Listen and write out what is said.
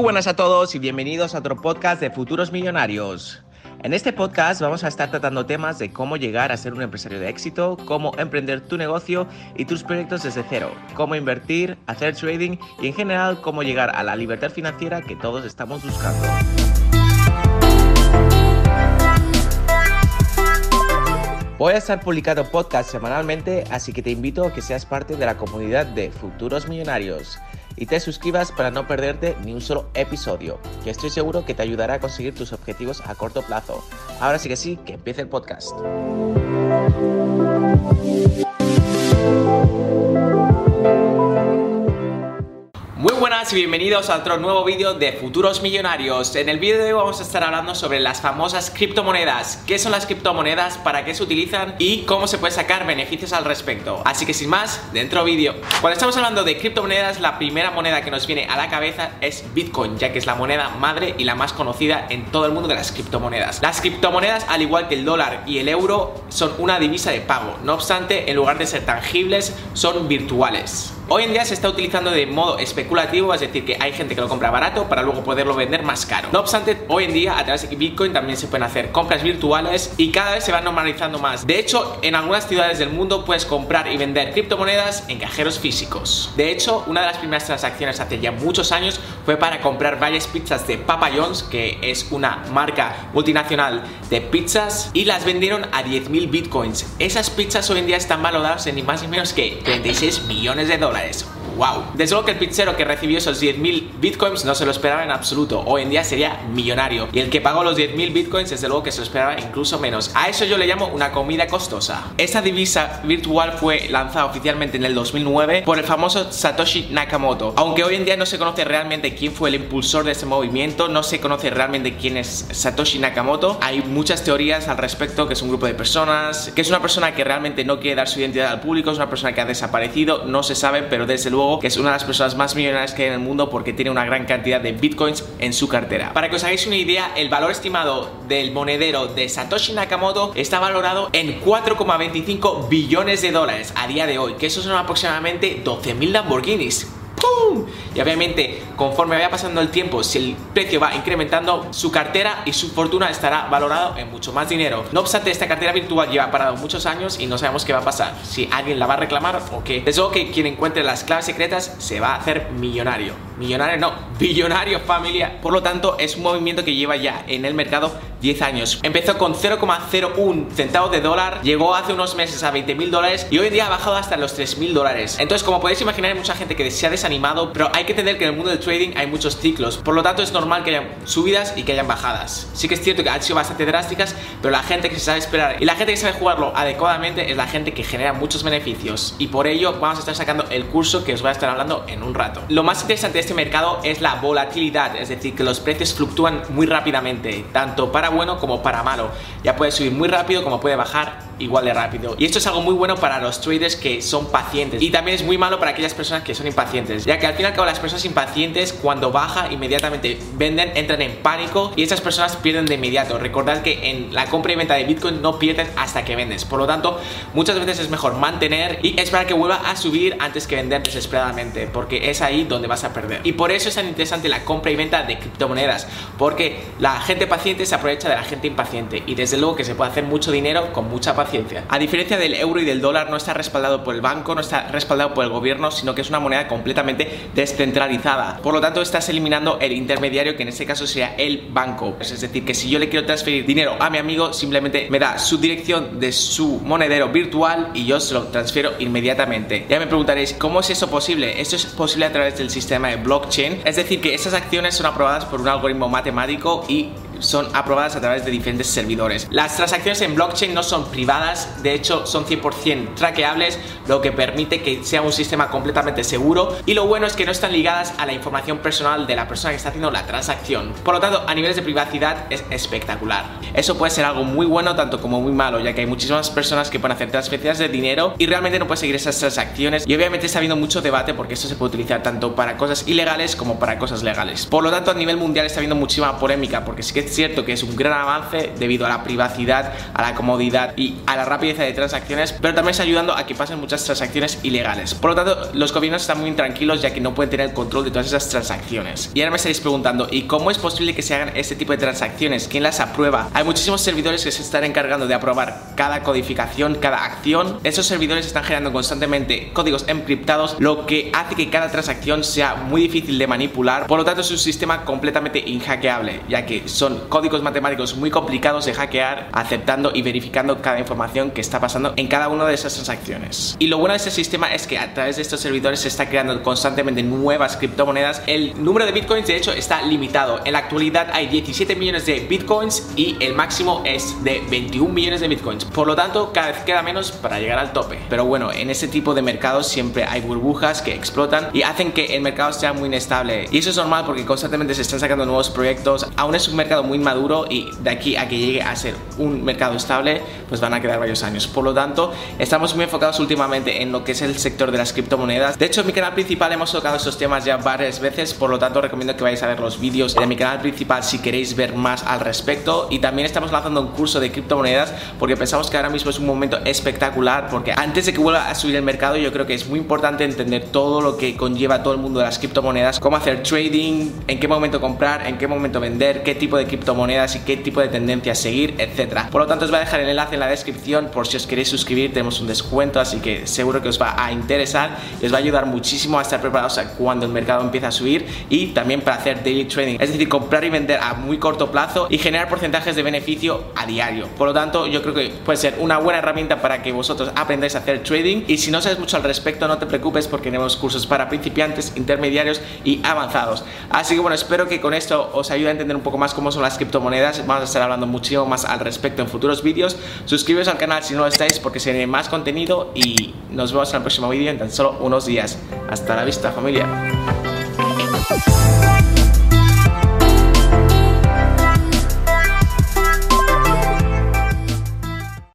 buenas a todos y bienvenidos a otro podcast de Futuros Millonarios. En este podcast vamos a estar tratando temas de cómo llegar a ser un empresario de éxito, cómo emprender tu negocio y tus proyectos desde cero, cómo invertir, hacer trading y en general cómo llegar a la libertad financiera que todos estamos buscando. Voy a estar publicando podcast semanalmente, así que te invito a que seas parte de la comunidad de Futuros Millonarios y te suscribas para no perderte ni un solo episodio, que estoy seguro que te ayudará a conseguir tus objetivos a corto plazo. Ahora sí, que empiece el podcast. Muy buenas y bienvenidos a otro nuevo vídeo de Futuros Millonarios. En el vídeo de hoy vamos a estar hablando sobre las famosas criptomonedas. ¿Qué son las criptomonedas? ¿Para qué se utilizan? Y cómo se puede sacar beneficios al respecto. Así que sin más, dentro vídeo. Cuando estamos hablando de criptomonedas, la primera moneda que nos viene a la cabeza es Bitcoin, ya que es la moneda madre y la más conocida en todo el mundo de las criptomonedas. Las criptomonedas, al igual que el dólar y el euro, son una divisa de pago. No obstante, en lugar de ser tangibles, son virtuales. Hoy en día se está utilizando de modo especulativo, es decir, que hay gente que lo compra barato para luego poderlo vender más caro. No obstante, hoy en día a través de Bitcoin también se pueden hacer compras virtuales y cada vez se va normalizando más. De hecho, en algunas ciudades del mundo puedes comprar y vender criptomonedas en cajeros físicos. De hecho, una de las primeras transacciones hace ya muchos años fue para comprar varias pizzas de Papa John's, que es una marca multinacional de pizzas, y las vendieron a 10.000 bitcoins. Esas pizzas hoy en día están valoradas en ni más ni menos que 36 millones de dólares. ¡Wow! Desde luego que el pizzero que recibió esos 10.000 bitcoins no se lo esperaba en absoluto. Hoy en día sería millonario. Y el que pagó los 10.000 bitcoins, desde luego que se lo esperaba incluso menos. A eso yo le llamo una comida costosa. Esta divisa virtual fue lanzada oficialmente en el 2009 por el famoso Satoshi Nakamoto. Aunque hoy en día no se conoce realmente quién fue el impulsor de este movimiento, no se conoce realmente quién es Satoshi Nakamoto. Hay muchas teorías al respecto, que es un grupo de personas, que es una persona que realmente no quiere dar su identidad al público, es una persona que ha desaparecido, no se sabe, pero desde luego que es una de las personas más millonarias que hay en el mundo porque tiene una gran cantidad de bitcoins en su cartera. Para que os hagáis una idea, el valor estimado del monedero de Satoshi Nakamoto está valorado en 4,25 billones de dólares a día de hoy, que eso son aproximadamente 12.000 Lamborghinis. ¡Pum! Y obviamente, conforme vaya pasando el tiempo, si el precio va incrementando, su cartera y su fortuna estará valorado en mucho más dinero. No obstante, esta cartera virtual lleva parado muchos años y no sabemos qué va a pasar, si alguien la va a reclamar o qué. Desde luego que quien encuentre las claves secretas se va a hacer millonario. Millonario no, billonario, familia. Por lo tanto, es un movimiento que lleva ya en el mercado 10 años. Empezó con 0,01 centavos de dólar, llegó hace unos meses a 20.000 dólares y hoy en día ha bajado hasta los 3.000 dólares. Entonces, como podéis imaginar, hay mucha gente que se ha desanimado, pero hay que entender que en el mundo del trading hay muchos ciclos. Por lo tanto, es normal que hayan subidas y que hayan bajadas. Sí que es cierto que han sido bastante drásticas, pero la gente que se sabe esperar y la gente que sabe jugarlo adecuadamente es la gente que genera muchos beneficios. Y por ello vamos a estar sacando el curso que os voy a estar hablando en un rato. Lo más interesante de este mercado es la volatilidad, es decir, que los precios fluctúan muy rápidamente, tanto para bueno como para malo. Ya puede subir muy rápido como puede bajar igual de rápido. Y esto es algo muy bueno para los traders que son pacientes, y también es muy malo para aquellas personas que son impacientes, ya que al fin y al cabo las personas impacientes, cuando baja, inmediatamente venden, entran en pánico y estas personas pierden de inmediato. Recordad que en la compra y venta de Bitcoin no pierdes hasta que vendes. Por lo tanto, muchas veces es mejor mantener y esperar que vuelva a subir antes que vender desesperadamente, porque es ahí donde vas a perder. Y por eso es tan interesante la compra y venta de criptomonedas, porque la gente paciente se aprovecha de la gente impaciente y desde luego que se puede hacer mucho dinero con mucha paciencia. A diferencia del euro y del dólar, no está respaldado por el banco, no está respaldado por el gobierno, sino que es una moneda completamente descentralizada. Por lo tanto, estás eliminando el intermediario, que en este caso sería el banco. Es decir, que si yo le quiero transferir dinero a mi amigo, simplemente me da su dirección de su monedero virtual y yo se lo transfiero inmediatamente. Ya me preguntaréis, ¿cómo es eso posible? Esto es posible a través del sistema de blockchain, es decir, que esas acciones son aprobadas por un algoritmo matemático y son aprobadas a través de diferentes servidores. Las transacciones en blockchain no son privadas, de hecho son 100% traqueables, lo que permite que sea un sistema completamente seguro, y lo bueno es que no están ligadas a la información personal de la persona que está haciendo la transacción. Por lo tanto, a niveles de privacidad es espectacular. Eso puede ser algo muy bueno tanto como muy malo, ya que hay muchísimas personas que pueden hacer transferencias de dinero y realmente no pueden seguir esas transacciones, y obviamente está habiendo mucho debate porque esto se puede utilizar tanto para cosas ilegales como para cosas legales. Por lo tanto, a nivel mundial está habiendo muchísima polémica, porque sí que es cierto que es un gran avance debido a la privacidad, a la comodidad y a la rapidez de transacciones, pero también está ayudando a que pasen muchas transacciones ilegales. Por lo tanto, los gobiernos están muy tranquilos ya que no pueden tener control de todas esas transacciones. Y ahora me estaréis preguntando, ¿y cómo es posible que se hagan este tipo de transacciones? ¿Quién las aprueba? Hay muchísimos servidores que se están encargando de aprobar cada codificación, cada acción. Esos servidores están generando constantemente códigos encriptados, lo que hace que cada transacción sea muy difícil de manipular. Por lo tanto, es un sistema completamente inhackeable, ya que son códigos matemáticos muy complicados de hackear, aceptando y verificando cada información que está pasando en cada una de esas transacciones. Y lo bueno de este sistema es que a través de estos servidores se está creando constantemente nuevas criptomonedas. El número de bitcoins de hecho está limitado. En la actualidad hay 17 millones de bitcoins y el máximo es de 21 millones de bitcoins. Por lo tanto, cada vez queda menos para llegar al tope. Pero bueno, en este tipo de mercados siempre hay burbujas que explotan y hacen que el mercado sea muy inestable. Y eso es normal porque constantemente se están sacando nuevos proyectos. Aún es un mercado muy maduro y de aquí a que llegue a ser un mercado estable, pues van a quedar varios años. Por lo tanto, estamos muy enfocados últimamente en lo que es el sector de las criptomonedas. De hecho, en mi canal principal hemos tocado estos temas ya varias veces, por lo tanto recomiendo que vayáis a ver los vídeos de mi canal principal si queréis ver más al respecto. Y también estamos lanzando un curso de criptomonedas porque pensamos que ahora mismo es un momento espectacular, porque antes de que vuelva a subir el mercado yo creo que es muy importante entender todo lo que conlleva todo el mundo de las criptomonedas, cómo hacer trading, en qué momento comprar, en qué momento vender, qué tipo de criptomonedas y qué tipo de tendencias seguir, etcétera. Por lo tanto, os voy a dejar el enlace en la descripción por si os queréis suscribir. Tenemos un descuento, así que seguro que os va a interesar y os va a ayudar muchísimo a estar preparados a cuando el mercado empiece a subir, y también para hacer daily trading, es decir, comprar y vender a muy corto plazo y generar porcentajes de beneficio a diario. Por lo tanto, yo creo que puede ser una buena herramienta para que vosotros aprendáis a hacer trading. Y si no sabes mucho al respecto, no te preocupes porque tenemos cursos para principiantes, intermediarios y avanzados. Así que bueno, espero que con esto os ayude a entender un poco más cómo son las criptomonedas. Vamos a estar hablando muchísimo más al respecto en futuros vídeos. Suscribiros al canal si no lo estáis porque se viene más contenido y nos vemos en el próximo vídeo en tan solo unos días. Hasta la vista, familia.